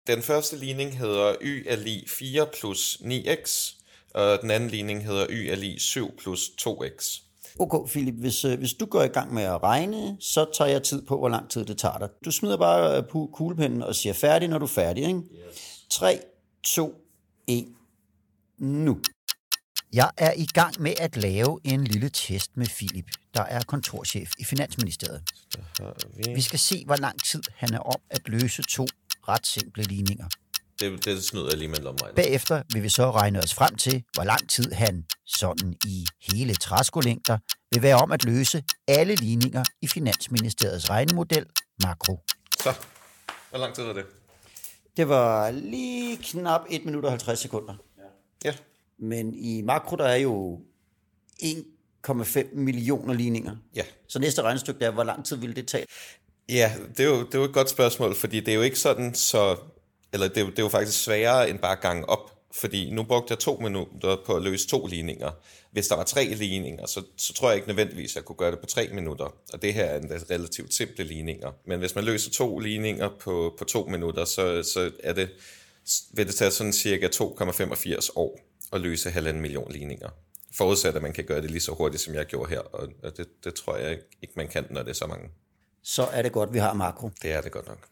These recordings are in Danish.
Den første ligning hedder y er lig 4 plus 9x, og den anden ligning hedder y er lig 7 plus 2x. Okay, Philip, hvis du går i gang med at regne, så tager jeg tid på, hvor lang tid det tager dig. Du smider bare på kuglepennen og siger færdig, når du er færdig, ikke? Yes. 3, 2, 1, nu. Jeg er i gang med at lave en lille test med Philip, der er kontorchef i Finansministeriet. Vi skal se, hvor lang tid han er om at løse 2 ret simple ligninger. Det snyder jeg lige med lomregner. Bagefter vil vi så regne os frem til, hvor lang tid han, sådan i hele træskolængder, vil være om at løse alle ligninger i Finansministeriets regnemodel makro. Så, hvor lang tid var det? Det var lige knap 1 minut og 50 sekunder. Ja. Men i makro, der er jo 1,5 millioner ligninger. Ja. Så næste regnestykke er, hvor lang tid ville det tage? Ja, det er jo et godt spørgsmål, fordi det er jo ikke sådan så... Eller det er jo faktisk sværere end bare at gange op, fordi nu brugte jeg 2 minutter på at løse 2 ligninger. Hvis der var 3 ligninger, så tror jeg ikke nødvendigvis, at jeg kunne gøre det på 3 minutter. Og det her er en relativt simple ligninger. Men hvis man løser 2 ligninger på 2 minutter, så vil det tage sådan cirka 2,85 år at løse 1,5 million ligninger. Forudsat, at man kan gøre det lige så hurtigt, som jeg gjorde her. Og det tror jeg ikke, man kan, når det er så mange. Så er det godt, vi har makro. Det er det godt nok.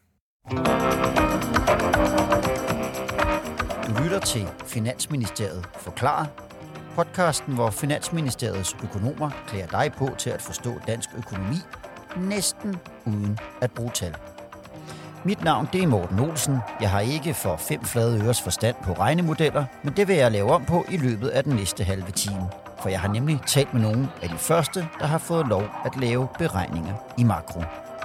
Du lytter til Finansministeriet forklarer, podcasten, hvor Finansministeriets økonomer klæder dig på til at forstå dansk økonomi, næsten uden at bruge tal. Mit navn det er Morten Olsen. Jeg har ikke for 5 flade øres forstand på regnemodeller, men det vil jeg lave om på i løbet af den næste halve time. For jeg har nemlig talt med nogle af de første, der har fået lov at lave beregninger i makro.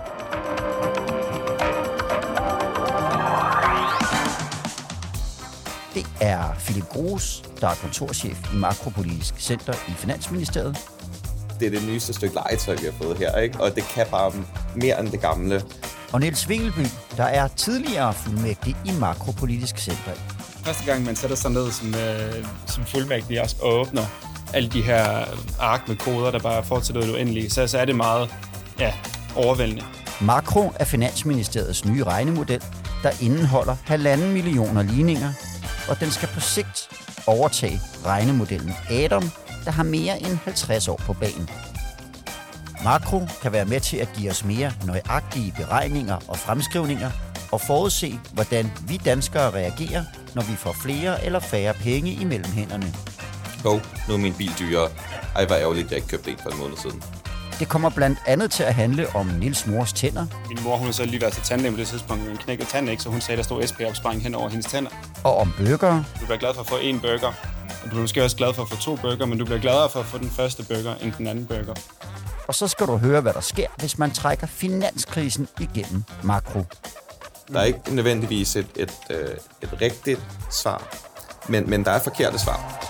Det er Philip Grues, der er kontorchef i Makropolitisk Center i Finansministeriet. Det er det nyeste stykke legetøj, vi har fået her, ikke? Og det kan bare mere end det gamle. Og Niels Vingelby, der er tidligere fuldmægtig i Makropolitisk Center. Første gang, man sætter sig ned som fuldmægtig og åbner alle de her ark med koder, der bare fortsætter det uendelige, så er det meget overvældende. Makro er Finansministeriets nye regnemodel, der indeholder 1,5 millioner ligninger, og den skal på sigt overtage regnemodellen Adam, der har mere end 50 år på banen. Makro kan være med til at give os mere nøjagtige beregninger og fremskrivninger og forudse, hvordan vi danskere reagerer, når vi får flere eller færre penge imellem hænderne. Nu er min bil dyrere. Ej, hvor ærgerligt, jeg ikke købte en for en måned siden. Det kommer blandt andet til at handle om Nils mors tænder. Min mor, hun har så lige været til tandlæge på det tidspunkt, men knækkede tanden ikke, så hun sagde, der stod SP-opsparing hen over hendes tænder. Og om burger. Du bliver glad for at få 1 burger, og du er måske også glad for at få 2 burger, men du bliver gladere for at få den første burger end den anden burger. Og så skal du høre, hvad der sker, hvis man trækker finanskrisen igennem makro. Der er ikke nødvendigvis et rigtigt svar, men der er forkerte svar.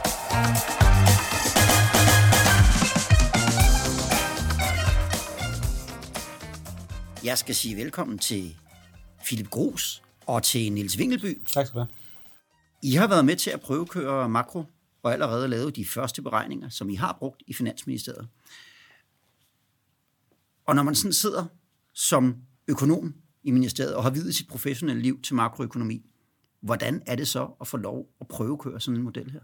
Jeg skal sige velkommen til Philip Grues og til Niels Vingelby. Tak skal du have. I har været med til at prøvekøre makro og allerede lavet de første beregninger, som I har brugt i Finansministeriet. Og når man sådan sidder som økonom i ministeriet og har videt sit professionelle liv til makroøkonomi, hvordan er det så at få lov at prøvekøre sådan en model her?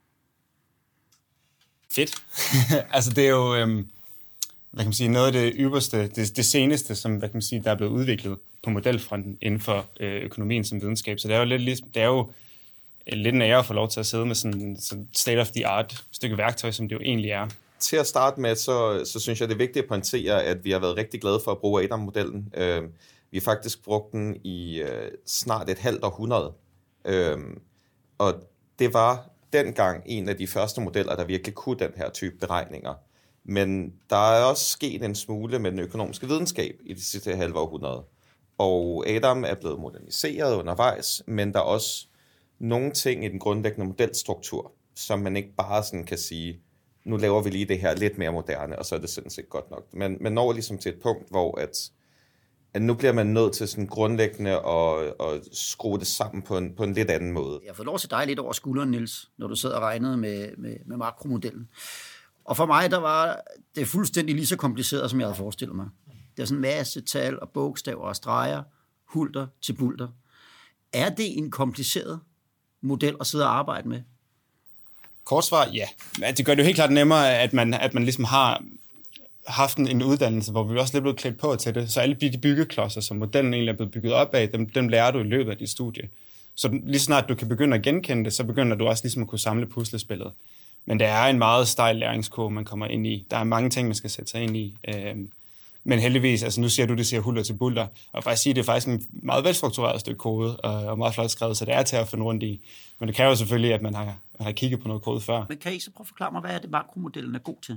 Fedt. Altså det er jo hvad kan man sige, noget af det ypperste, det seneste, som hvad kan man sige, der er blevet udviklet på modelfronten inden for økonomien som videnskab. Så det er jo lidt en ære at få lov til at sidde med sådan state of the art stykke værktøj, som det jo egentlig er. Til at starte med, så synes jeg, det er vigtigt at pointere, at vi har været rigtig glade for at bruge Adam-modellen. Vi har faktisk brugt den i snart et halvt århundrede. Og det var dengang en af de første modeller, der virkelig kunne den her type beregninger. Men der er også sket en smule med den økonomiske videnskab i det sidste halve århundrede. Og Adam er blevet moderniseret undervejs, men der er også nogle ting i den grundlæggende modelstruktur, som man ikke bare sådan kan sige, nu laver vi lige det her lidt mere moderne, og så er det sådan set godt nok. Men man når ligesom til et punkt, hvor at nu bliver man nødt til sådan grundlæggende at skrue det sammen på en lidt anden måde. Jeg får lov til dig lidt over skulderen, Niels, når du sad og regnede med makromodellen. Og for mig, der var det fuldstændig lige så kompliceret, som jeg havde forestillet mig. Det er sådan en masse tal og bogstaver og streger, hulter til bulter. Er det en kompliceret model at sidde og arbejde med? Kort svar, ja. Men det gør det jo helt klart nemmere, at man ligesom har haft en uddannelse, hvor vi også lidt blevet klædt på til det. Så alle de byggeklodser, som modellen egentlig er blevet bygget op af, dem lærer du i løbet af dit studie. Så lige snart du kan begynde at genkende det, så begynder du også ligesom at kunne samle puslespillet. Men det er en meget stejl læringskurve, man kommer ind i. Der er mange ting, man skal sætte sig ind i. Men heldigvis, altså nu siger du, det siger hulter til bulter, og faktisk sige, det er faktisk en meget velstruktureret stykke kode, og meget flot skrevet, så det er til at finde rundt i. Men det kræver selvfølgelig, at man har kigget på noget kode før. Men kan I så prøve at forklare mig, hvad er det makromodellen er god til?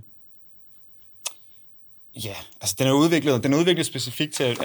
Ja, altså den er udviklet specifikt til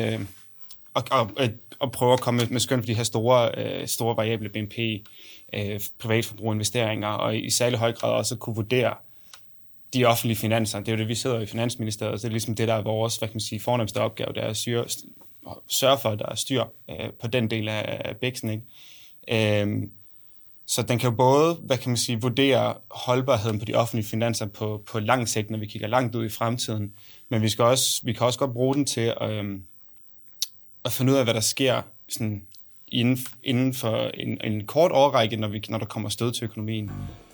at prøve at komme med skøn for de her store variable BNP, privatforbrug, investeringer, og i særlig høj grad også at kunne vurdere de offentlige finanser. Det er jo det, vi sidder i Finansministeriet, så det er ligesom det, der er vores, fornemmeste opgave, det er at sørge for, at der er styr på den del af bæksen, ikke? Så den kan jo både, vurdere holdbarheden på de offentlige finanser på lang sigt, når vi kigger langt ud i fremtiden, men vi kan også godt bruge den til at finde ud af, hvad der sker sådan inden for en kort årrække, når der kommer stød til økonomien.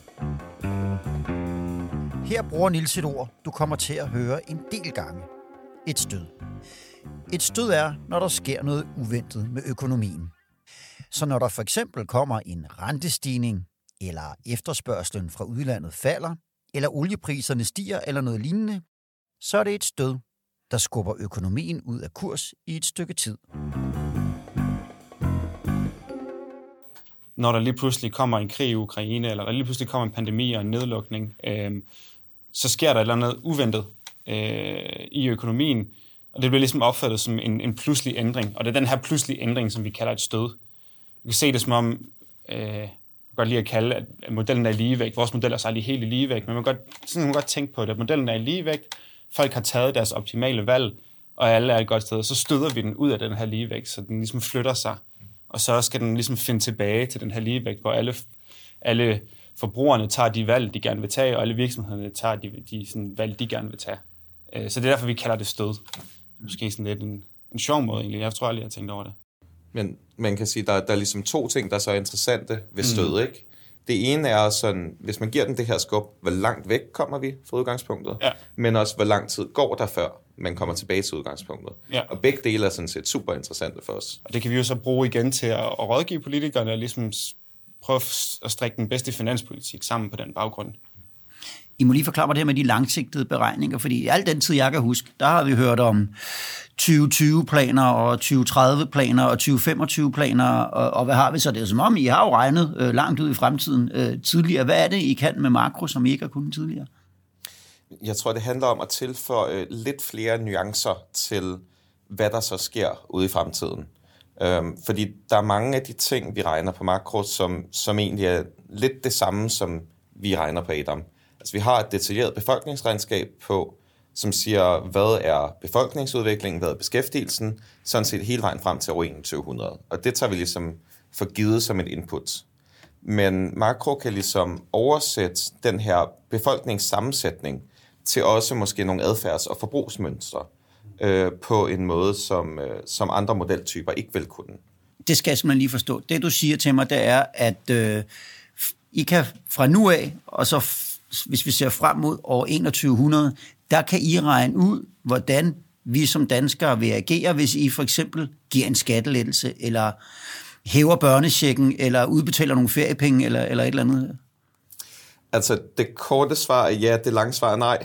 Her bruger Niels et ord, du kommer til at høre en del gange. Et stød. Et stød er, når der sker noget uventet med økonomien. Så når der for eksempel kommer en rentestigning, eller efterspørgslen fra udlandet falder, eller oliepriserne stiger eller noget lignende, så er det et stød, der skubber økonomien ud af kurs i et stykke tid. Når der lige pludselig kommer en krig i Ukraine, eller der lige pludselig kommer en pandemi og en nedlukning, så sker der et eller andet uventet i økonomien, og det bliver ligesom opfattet som en pludselig ændring. Og det er den her pludselige ændring, som vi kalder et stød. Vi kan se det som om, jeg kan godt lide at kalde, at modellen er i ligevægt. Vores model er så lige helt i ligevægt, men man kan godt tænke på det, at modellen er i ligevægt. Folk har taget deres optimale valg, og alle er et godt sted. Så støder vi den ud af den her ligevægt, så den ligesom flytter sig. Og så skal den ligesom finde tilbage til den her ligevægt, hvor alle forbrugerne tager de valg, de gerne vil tage, og alle virksomhederne tager de sådan valg, de gerne vil tage. Så det er derfor, vi kalder det stød. Måske sådan lidt en sjov måde egentlig. Jeg tror aldrig, jeg har tænkt over det. Men man kan sige, der er ligesom to ting, der er så interessante ved stød, ikke? Det ene er sådan, hvis man giver den det her skub, hvor langt væk kommer vi fra udgangspunktet, men også hvor lang tid går der før man kommer tilbage til udgangspunktet. Ja. Og begge dele er sådan set super interessante for os. Og det kan vi jo så bruge igen til at rådgive politikerne og ligesom prøve at strikke den bedste finanspolitik sammen på den baggrund. I må lige forklare mig det her med de langsigtede beregninger, fordi al den tid, jeg kan huske, der har vi hørt om 2020-planer og 2030-planer og 2025-planer, og hvad har vi så? Det er som om, I har jo regnet langt ud i fremtiden tidligere. Hvad er det, I kan med makro, som I ikke har kunnet tidligere? Jeg tror, det handler om at tilføje lidt flere nuancer til, hvad der så sker ude i fremtiden. Fordi der er mange af de ting, vi regner på makro, som egentlig er lidt det samme, som vi regner på ADAM. Altså, vi har et detaljeret befolkningsregnskab på, som siger, hvad er befolkningsudviklingen, hvad er beskæftigelsen, sådan set hele vejen frem til år 2100. Og det tager vi ligesom for givet som et input. Men makro kan ligesom oversætte den her befolkningssammensætning til også måske nogle adfærds- og forbrugsmønstre på en måde, som andre modeltyper ikke vil kunne. Det skal jeg simpelthen lige forstå. Det, du siger til mig, det er, at I kan fra nu af, og så hvis vi ser frem mod år 2100, der kan I regne ud, hvordan vi som danskere vil agere, hvis I for eksempel giver en skattelettelse, eller hæver børnechecken, eller udbetaler nogle feriepenge, eller et eller andet. Altså, det korte svar er ja, det lange svar er nej.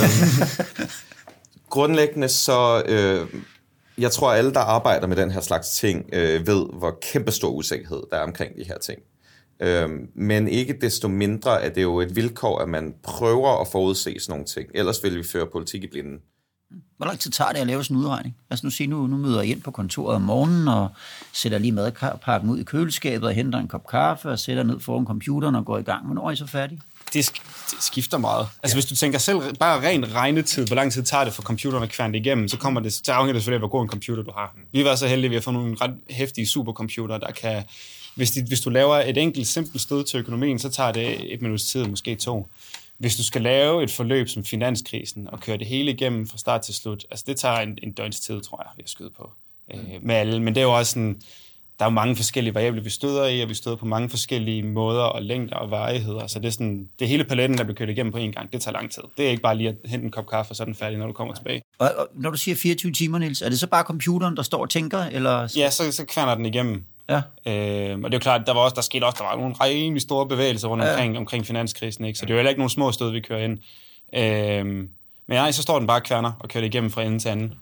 Grundlæggende så, jeg tror, alle, der arbejder med den her slags ting, ved, hvor kæmpestor usikkerhed der er omkring de her ting. Men ikke desto mindre er det jo et vilkår, at man prøver at forudse sådan nogle ting. Ellers vil vi føre politik i blinden. Hvor lang tid tager det at lave sådan en udregning? Altså nu møder jeg ind på kontoret om morgenen og sætter lige madpakken ud i køleskabet og henter en kop kaffe og sætter ned foran computeren og går i gang. Hvornår er I så færdige? Det skifter meget. Altså hvis du tænker selv bare ren regnetid, hvor lang tid tager det for computeren at kværne igennem, så afhænger det selvfølgelig af, hvor god en computer du har. Vi har været så heldige, at vi har fået nogle ret heftige supercomputere, der kan... Hvis du laver et enkelt simpelt stød til økonomien, så tager det 1 minuts tid, måske 2. Hvis du skal lave et forløb som finanskrisen og køre det hele igennem fra start til slut, altså det tager en døgns tid, tror jeg, vi har skyde på med alle. Men det er jo også sådan, der er jo mange forskellige variabler, vi støder i, og vi støder på mange forskellige måder og længder og varigheder. Så det er sådan, det hele paletten, der bliver kørt igennem på en gang, det tager lang tid. Det er ikke bare lige at hente en kop kaffe, og så er den færdig, når du kommer tilbage. Og når du siger 24 timer, Niels, er det så bare computeren, der står og tænker? Eller? Ja, så kværner den igennem. Ja. Og det er jo klart, der var nogle rimelig store bevægelser rundt omkring finanskrisen, ikke? Så det er jo heller ikke nogle små stød, vi kører ind. Men nej, så står den bare kværner og kører det igennem fra ende til anden.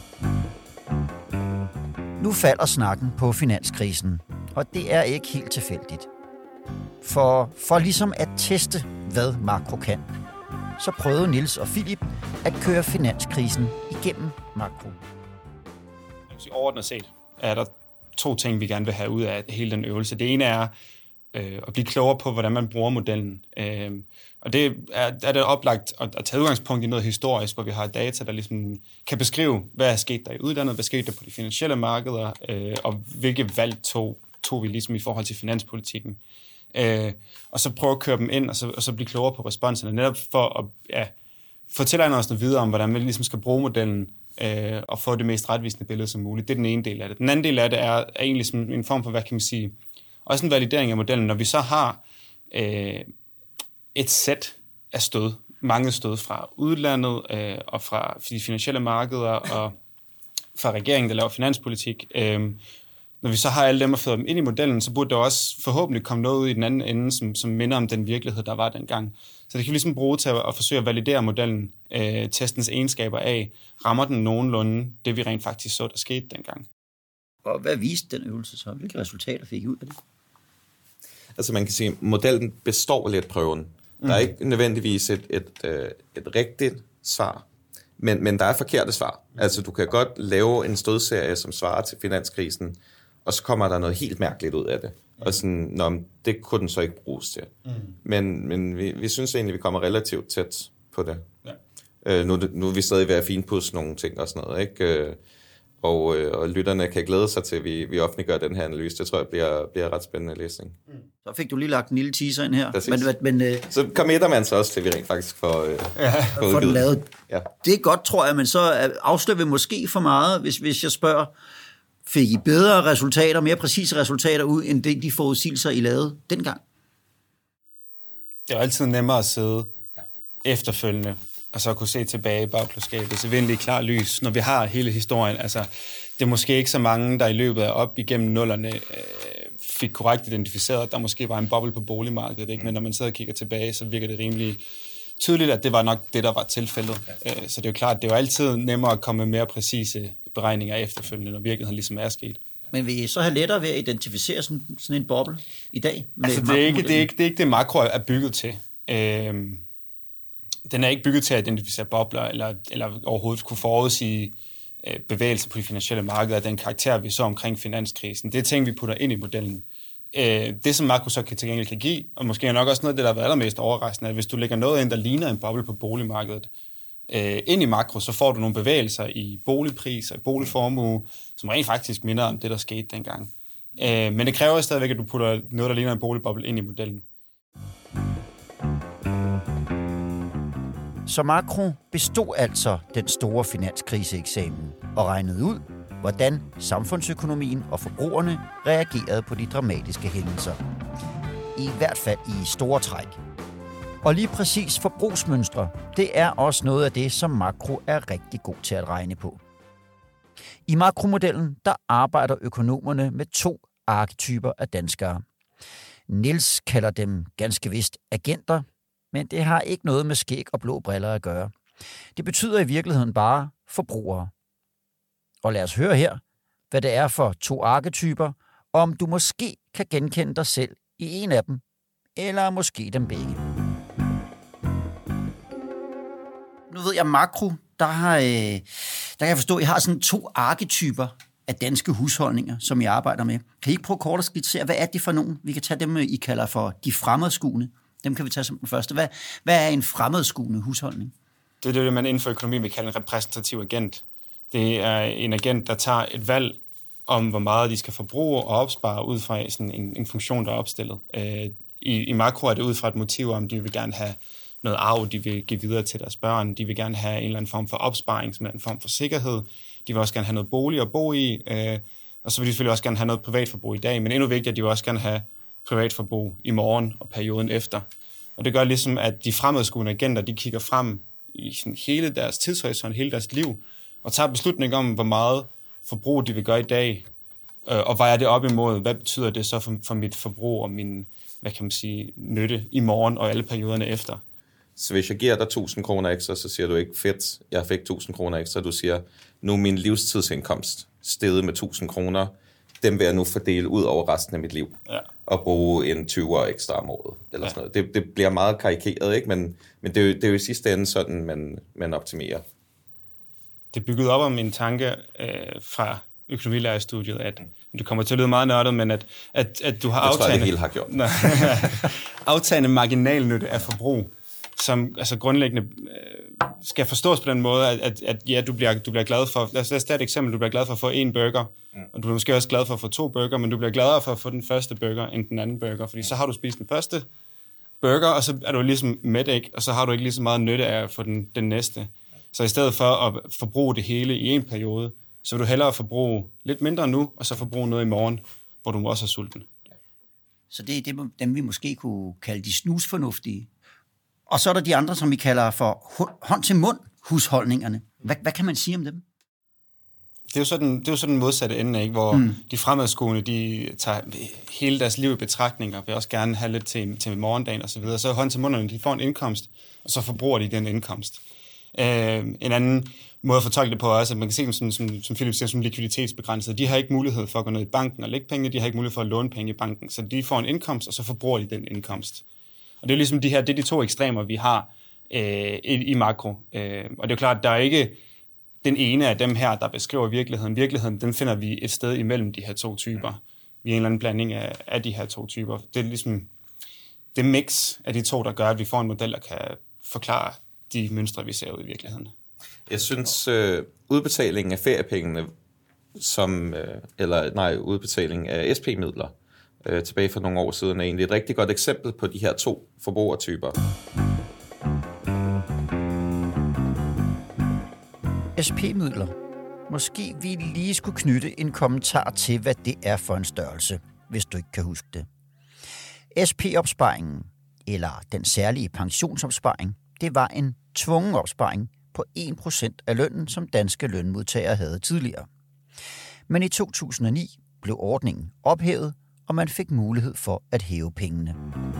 Nu falder snakken på finanskrisen, og det er ikke helt tilfældigt. For ligesom at teste, hvad makro kan, så prøvede Niels og Philip at køre finanskrisen igennem makro. Overordnet set er der 2 ting, vi gerne vil have ud af hele den øvelse. Det ene er at blive klogere på, hvordan man bruger modellen. Og det er det oplagt at tage udgangspunkt i noget historisk, hvor vi har data, der ligesom kan beskrive, hvad er sket der i udlandet, hvad skete der på de finansielle markeder, og hvilke valg tog vi ligesom i forhold til finanspolitikken. Og så prøve at køre dem ind, og så blive klogere på responserne, netop for at fortælle os noget videre om, hvordan vi ligesom skal bruge modellen, og få det mest retvisende billede som muligt. Det er den ene del af det. Den anden del af det er egentlig som en form for, hvad kan man sige, også en validering af modellen. Når vi så har et sæt af stød, mange stød fra udlandet, og fra de finansielle markeder, og fra regeringen, der laver finanspolitik, når vi så har alle dem og føder dem ind i modellen, så burde der også forhåbentlig komme noget ud i den anden ende, som minder om den virkelighed, der var dengang. Så det kan vi ligesom bruge til at forsøge at validere modellen, testens egenskaber af, rammer den nogenlunde det, vi rent faktisk så, der skete dengang. Og hvad viste den øvelse så? Hvilke resultater fik I ud af det? Altså man kan sige, at modellen består lidt prøven. Der er ikke nødvendigvis et rigtigt svar, men der er forkerte svar. Altså du kan godt lave en stødserie, som svarer til finanskrisen, og så kommer der noget helt mærkeligt ud af det. Og sådan, det kunne den så ikke bruges til. Men vi synes egentlig, vi kommer relativt tæt på det. Ja. Nu er vi stadig ved at finpudse nogle ting og sådan noget, ikke? Og lytterne kan glæde sig til, at vi offentliggør den her analyse. Det tror jeg bliver ret spændende læsning. Så fik du lige lagt en lille teaser ind her. Men så committer man så også til, at vi rent faktisk får den lavet. Ja. Det er godt, tror jeg, men så afslører vi måske for meget, hvis jeg spørger, fik I bedre resultater, mere præcise resultater ud, end de forudsigelser, I lavede dengang? Det er altid nemmere at sidde efterfølgende, og så kunne se tilbage i bagklodskabet, så vindelig klar lys, når vi har hele historien. Altså, det er måske ikke så mange, der i løbet af op igennem nullerne fik korrekt identificeret, at der måske var en boble på boligmarkedet, ikke? Men når man sidder og kigger tilbage, så virker det rimelig tydeligt, at det var nok det, der var tilfældet. Så det er jo klart, det er jo altid nemmere at komme med mere præcise beregninger efterfølgende, når virkeligheden ligesom er sket. Men vil I så have lettere ved at identificere sådan en boble i dag? Altså, det er ikke det, makro er bygget til. Den er ikke bygget til at identificere bobler, eller overhovedet kunne forudsige bevægelser på de finansielle markeder af den karakter, vi så omkring finanskrisen. Det er ting, vi putter ind i modellen. Det, som makro så til gengæld kan give, og måske er nok også noget af det, der har været allermest overraskende, at hvis du lægger noget ind, der ligner en boble på boligmarkedet, ind i makro, så får du nogle bevægelser i boligpriser, i boligformue, som rent faktisk minder om det, der skete dengang. Men det kræver stadigvæk, at du putter noget, der ligner en boligboble ind i modellen. Så makro bestod altså den store finanskriseeksamen og regnede ud, hvordan samfundsøkonomien og forbrugerne reagerede på de dramatiske hændelser. I hvert fald i store træk. Og lige præcis forbrugsmønstre, det er også noget af det, som makro er rigtig god til at regne på. I makromodellen, der arbejder økonomerne med 2 arketyper af danskere. Niels kalder dem ganske vist agenter, men det har ikke noget med skæg og blå briller at gøre. Det betyder i virkeligheden bare forbrugere. Og lad os høre her, hvad det er for 2 arketyper, og om du måske kan genkende dig selv i en af dem, eller måske dem begge. Nu ved jeg, makro, der kan jeg forstå, at I har sådan 2 arketyper af danske husholdninger, som I arbejder med. Kan I ikke prøve kort at skitsere, hvad er det for nogen? Vi kan tage dem, I kalder for de fremadskuende. Dem kan vi tage som den første. Hvad er en fremadskuende husholdning? Det er det, man inden for økonomi vil kalde en repræsentativ agent. Det er en agent, der tager et valg om, hvor meget de skal forbruge og opspare ud fra sådan en funktion, der er opstillet. I makro er det ud fra et motiv om, de vil gerne have noget arv, de vil give videre til deres børn. De vil gerne have en eller anden form for opsparing, som er en form for sikkerhed. De vil også gerne have noget bolig at bo i. og så vil de selvfølgelig også gerne have noget privatforbrug i dag, men endnu vigtigere, de vil også gerne have privatforbrug i morgen og perioden efter. Og det gør ligesom, at de fremadskuende agenter, de kigger frem i sådan hele deres tidshorisont, hele deres liv, og tager beslutning om, hvor meget forbrug de vil gøre i dag, og vejer det op imod, hvad betyder det så for mit forbrug og min, hvad kan man sige, nytte i morgen og alle perioderne efter. Så hvis jeg giver dig 1.000 kroner ekstra, så siger du ikke, fedt, jeg fik 1.000 kroner ekstra. Du siger, nu er min livstidsindkomst steget med 1.000 kroner. Dem vil jeg nu fordele ud over resten af mit liv. Ja. Og bruge en 20 ekstra om året. Eller sådan noget. Det bliver meget karikeret, ikke? Men det er jo i sidste ende sådan, man optimerer. Det er bygget op om en tanke fra økonomilærerstudiet, at det kommer til at lyde meget nørdet, men at du har aftagende marginalnytte af forbrug, som altså grundlæggende skal forstås på den måde, at ja, du bliver glad for, lad os tage et eksempel, du bliver glad for at få 1 burger, og du bliver måske også glad for at få 2 burger, men du bliver gladere for at få den første burger end den anden burger, fordi så har du spist den første burger, og så er du ligesom mæt, ikke? Og så har du ikke lige så meget nytte af at få den næste. Så i stedet for at forbruge det hele i en periode, så vil du hellere forbruge lidt mindre nu, og så forbruge noget i morgen, hvor du også er sulten. Så det er dem, vi måske kunne kalde de snusfornuftige. Og så er der de andre, som vi kalder for hånd-til-mund husholdningerne. Hvad kan man sige om dem? Det er jo sådan den modsatte ende, ikke? Hvor de fremadskuende, de tager hele deres liv i betragtning, og vil også gerne have lidt til morgendagen og så videre. Så hånd-til-munderne, de får en indkomst, og så forbruger de den indkomst. En anden måde at fortolke det på er også, at man kan se dem som Philip siger, som likviditetsbegrænset. De har ikke mulighed for at gå ned i banken og lægge penge, de har ikke mulighed for at låne penge i banken, så de får en indkomst, og så forbruger de den indkomst. Og det er jo ligesom det er de 2 ekstremer, vi har i makro. Og det er jo klart, at der er ikke den ene af dem her, der beskriver virkeligheden. Virkeligheden, den finder vi et sted imellem de her 2 typer. Vi er en eller anden blanding af de her 2 typer. Det er ligesom det mix af de 2, der gør, at vi får en model, der kan forklare de mønstre, vi ser ud i virkeligheden. Jeg synes, udbetalingen af feriepengene, udbetalingen af SP-midler, tilbage for nogle år siden, er egentlig et rigtig godt eksempel på de her 2 forbrugertyper. SP-midler. Måske vi lige skulle knytte en kommentar til, hvad det er for en størrelse, hvis du ikke kan huske det. SP-opsparingen, eller den særlige pensionsopsparing, det var en tvungen opsparing på 1% af lønnen, som danske lønmodtagere havde tidligere. Men i 2009 blev ordningen ophævet, og man fik mulighed for at hæve pengene.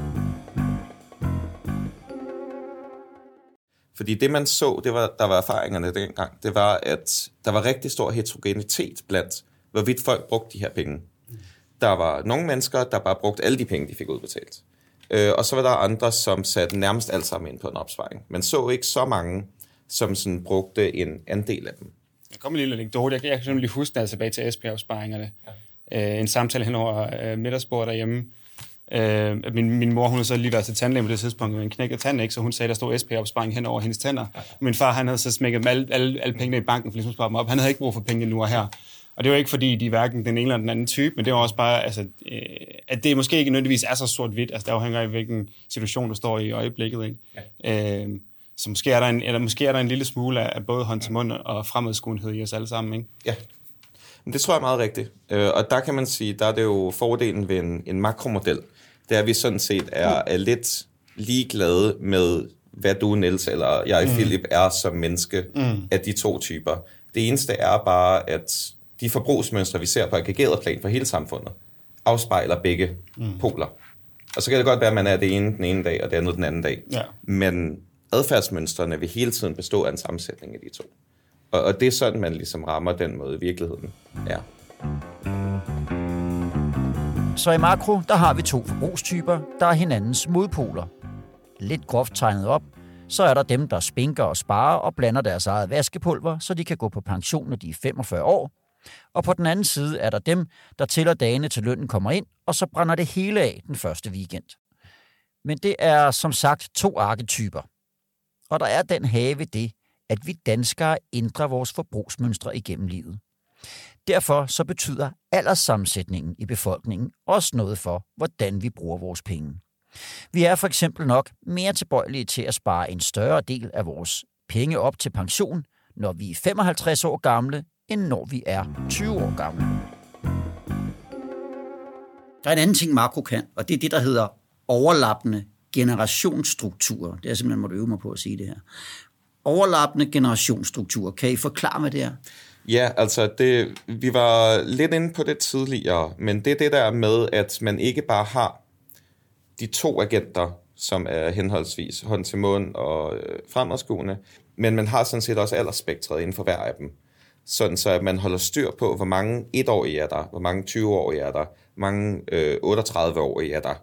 Fordi det man så, der var erfaringerne dengang, det var, at der var rigtig stor heterogenitet blandt, hvorvidt folk brugte de her penge. Der var nogle mennesker, der bare brugte alle de penge, de fik udbetalt. Og så var der andre, som satte nærmest alt sammen ind på en opsparing. Man så ikke så mange, som sådan brugte en andel af dem. Jeg kommer lige lidt anekdote. Jeg kan simpelthen huske, der tilbage til SP-opsparingerne. Ja. En samtale hen over middagsbordet derhjemme. Min mor, hun havde så lige været til tandlæge på det tidspunkt med en knækket tand, ikke? Så hun sagde, der stod SP-opsparing hen over hendes tænder. Ja. Min far, han havde så smækket alle pengene i banken, for ligesom at spare dem op. Han havde ikke brug for penge nu og her. Og det var ikke fordi, de er hverken den ene eller den anden type, men det var også bare, altså, at det måske ikke nødvendigvis er så sort-hvidt. Altså, der afhænger af, hvilken situation du står i øjeblikket, ikke? Ja. Så måske er der en lille smule af både hånd til mund og fremadskuenhed i os alle sammen, ikke? Ja, men det tror jeg er meget rigtigt. Og der kan man sige, der er det jo fordelen ved en makromodel. Det er, at vi sådan set er lidt ligeglade med, hvad du, Niels, eller jeg, Philip, er som menneske af de 2 typer. Det eneste er bare, at de forbrugsmønstre, vi ser på aggregeret plan for hele samfundet, afspejler begge poler. Og så kan det godt være, at man er det ene den ene dag, og det andet den anden dag. Ja. Men adfærdsmønstrene vil hele tiden bestå af en sammensætning af de 2. Og det er sådan, man ligesom rammer den måde, virkeligheden er. Så i makro, der har vi 2 forbrugstyper, der er hinandens modpoler. Lidt groft tegnet op, så er der dem, der spinker og sparer og blander deres eget vaskepulver, så de kan gå på pension, når de er 45 år. Og på den anden side er der dem, der tæller dagene til lønnen kommer ind, og så brænder det hele af den første weekend. Men det er som sagt 2 arketyper. Og der er den have ved det, at vi danskere ændrer vores forbrugsmønstre igennem livet. Derfor så betyder alderssammensætningen i befolkningen også noget for, hvordan vi bruger vores penge. Vi er for eksempel nok mere tilbøjelige til at spare en større del af vores penge op til pension, når vi er 55 år gamle, end når vi er 20 år gamle. Der er en anden ting, makro kan, og det er det, der hedder overlappende generationsstrukturer. Det er simpelthen, måtte øve mig på at sige det her. Overlappende generationsstrukturer. Kan I forklare, hvad det er? Ja, altså vi var lidt inde på det tidligere, men det er det der med, at man ikke bare har de 2 agenter, som er henholdsvis hånd til mund og fremadskuende, men man har sådan set også aldersspektret inden for hver af dem. Sådan så, at man holder styr på, hvor mange 1-årige er der, hvor mange 20-årige er der, hvor mange 38-årige er der.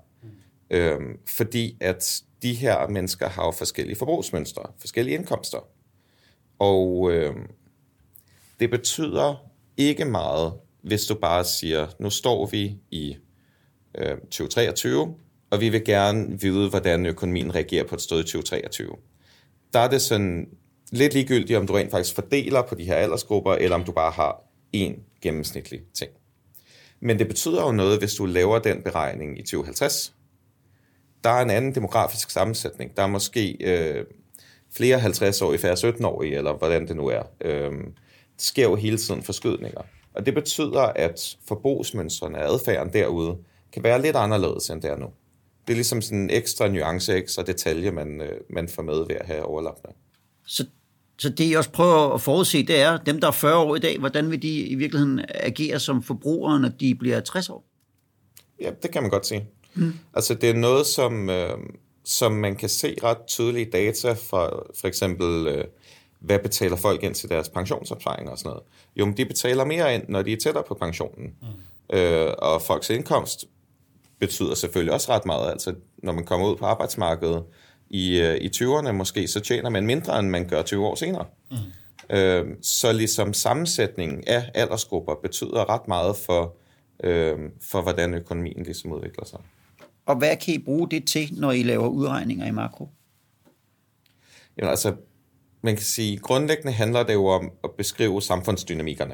Fordi at de her mennesker har jo forskellige forbrugsmønstre, forskellige indkomster. Og det betyder ikke meget, hvis du bare siger, nu står vi i 2023, og vi vil gerne vide, hvordan økonomien reagerer på et sted i 2023. Der er det sådan lidt ligegyldigt, om du rent faktisk fordeler på de her aldersgrupper, eller om du bare har én gennemsnitlig ting. Men det betyder jo noget, hvis du laver den beregning i 2050. Der er en anden demografisk sammensætning. Der er måske flere 50-årige, færre 17-årige, eller hvordan det nu er. Det sker jo hele tiden forskydninger. Og det betyder, at forbrugsmønstrene og adfærden derude kan være lidt anderledes, end det er nu. Det er ligesom sådan en ekstra nuance, ekstra detalje, man får med ved at have overlappende. Så det, I også prøver at forudse, det er, dem, der er 40 år i dag, hvordan vil de i virkeligheden agere som forbrugere, når de bliver 60 år? Ja, det kan man godt sige. Altså, det er noget, som man kan se ret tydelige data fra, for eksempel, hvad betaler folk ind til deres pensionsopsparinger og sådan noget. Jo, men de betaler mere ind, når de er tættere på pensionen. Og folks indkomst betyder selvfølgelig også ret meget. Altså, når man kommer ud på arbejdsmarkedet i 20'erne måske, så tjener man mindre, end man gør 20 år senere. Så ligesom sammensætningen af aldersgrupper betyder ret meget for hvordan økonomien ligesom udvikler sig. Og hvad kan I bruge det til, når I laver udregninger i makro? Jamen altså, man kan sige, grundlæggende handler det jo om at beskrive samfundsdynamikkerne.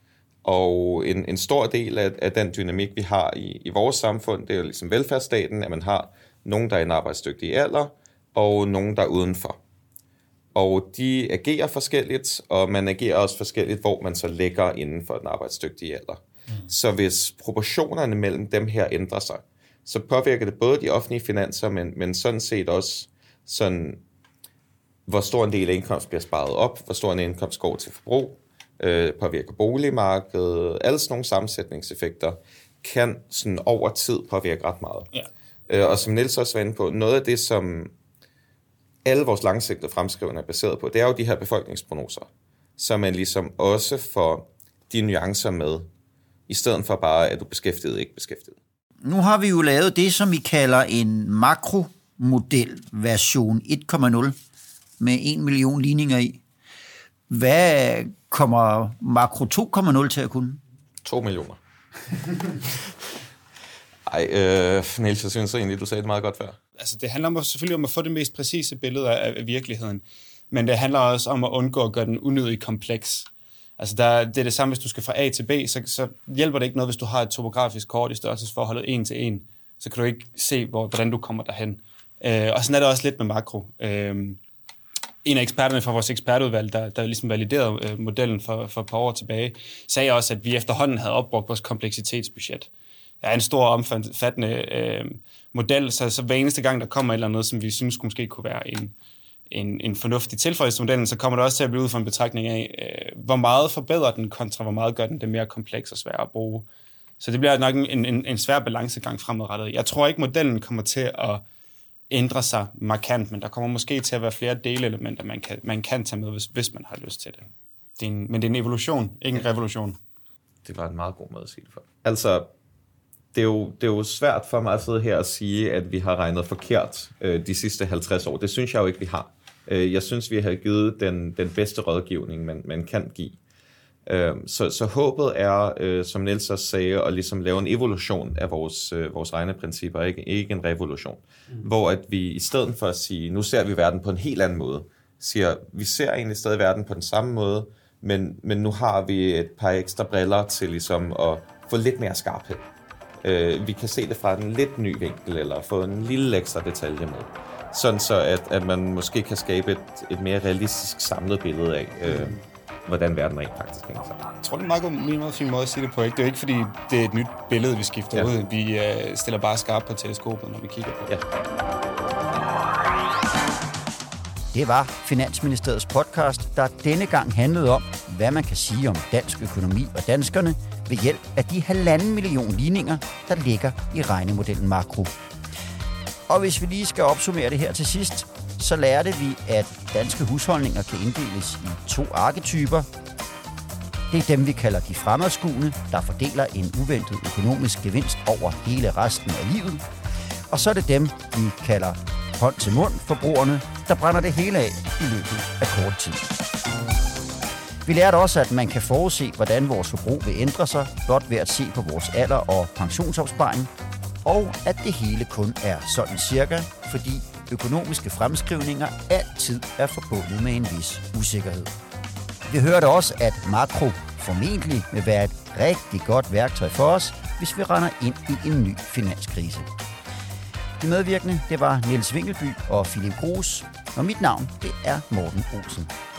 Og en stor del af den dynamik, vi har i vores samfund, det er jo ligesom velfærdsstaten, at man har nogen, der er i en arbejdsdygtig alder, og nogen, der er udenfor. Og de agerer forskelligt, og man agerer også forskelligt, hvor man så ligger inden for den arbejdsdygtige alder. Så hvis proportionerne mellem dem her ændrer sig, så påvirker det både de offentlige finanser, men sådan set også sådan, hvor stor en del af indkomst bliver sparet op, hvor stor en indkomst går til forbrug, påvirker boligmarkedet, alle sådan nogle sammensætningseffekter kan sådan over tid påvirke ret meget. Ja. Og som Niels også var inde på, noget af det, som alle vores langsigtede fremskrivninger er baseret på, det er jo de her befolkningsprognoser, så man ligesom også får de nuancer med, i stedet for bare, at du er beskæftiget, ikke beskæftiget. Nu har vi jo lavet det, som vi kalder en makromodel version 1.0 med 1 million ligninger i. Hvad kommer makro 2.0 til at kunne? 2 millioner. Niels, jeg synes egentlig, du sagde det meget godt før. Altså, det handler selvfølgelig om at få det mest præcise billede af virkeligheden, men det handler også om at undgå at gøre den unødigt kompleks. Altså, det er det samme, hvis du skal fra A til B, så hjælper det ikke noget, hvis du har et topografisk kort i størrelsesforholdet 1 til 1. Så kan du ikke se, hvordan du kommer derhen. Og sådan er det også lidt med makro. En af eksperterne fra vores ekspertudvalg, der ligesom validerede modellen for et par år tilbage, sagde også, at vi efterhånden havde opbrugt vores kompleksitetsbudget. Der er en stor omfattende model, så hver eneste gang, der kommer et eller andet, som vi synes måske kunne være en fornuftig tilføjelse til modellen, så kommer det også til at blive ud fra en betragtning af, hvor meget forbedrer den, kontra hvor meget gør den det mere kompleks og svært at bruge. Så det bliver nok en svær balancegang fremadrettet. Jeg tror ikke, modellen kommer til at ændre sig markant, men der kommer måske til at være flere delelementer, man kan tage med, hvis man har lyst til det. Men det er en evolution, ikke en revolution. Det var en meget god måde at sige det for. Altså, det er jo svært for mig at sidde her og sige, at vi har regnet forkert de sidste 50 år. Det synes jeg jo ikke, vi har. Jeg synes, vi har givet den bedste rådgivning, man kan give. Så håbet er, som Niels også sagde, at ligesom lave en evolution af vores regneprincipper, ikke en revolution. Hvor at vi i stedet for at sige, nu ser vi verden på en helt anden måde, siger, vi ser egentlig stadig verden på den samme måde, men nu har vi et par ekstra briller til ligesom at få lidt mere skarphed. Vi kan se det fra en lidt ny vinkel, eller få en lille ekstra detalje med. Sådan så, at man måske kan skabe et mere realistisk samlet billede af, hvordan verden rent faktisk hænger sammen. Jeg tror, det er en meget fin måde at sige det på. Ikke? Det er jo ikke, fordi det er et nyt billede, vi skifter ud. Vi stiller bare skarpt på teleskopet, når vi kigger på det. Ja. Det var Finansministeriets podcast, der denne gang handlede om, hvad man kan sige om dansk økonomi og danskerne ved hjælp af de 1,5 million ligninger, der ligger i regnemodellen Makro. Og hvis vi lige skal opsummere det her til sidst, så lærte vi, at danske husholdninger kan inddeles i 2 arketyper. Det er dem, vi kalder de fremadskuende, der fordeler en uventet økonomisk gevinst over hele resten af livet. Og så er det dem, vi kalder hånd til mund forbrugerne, der brænder det hele af i løbet af kort tid. Vi lærte også, at man kan forudse, hvordan vores forbrug vil ændre sig, blot ved at se på vores alder og pensionsopsparing, og at det hele kun er sådan cirka, fordi økonomiske fremskrivninger altid er forbundet med en vis usikkerhed. Vi hørte også, at makro formentlig vil være et rigtig godt værktøj for os, hvis vi render ind i en ny finanskrise. De medvirkende, det var Niels Winkelby og Philip Gruus, og mit navn, det er Morten Olsen.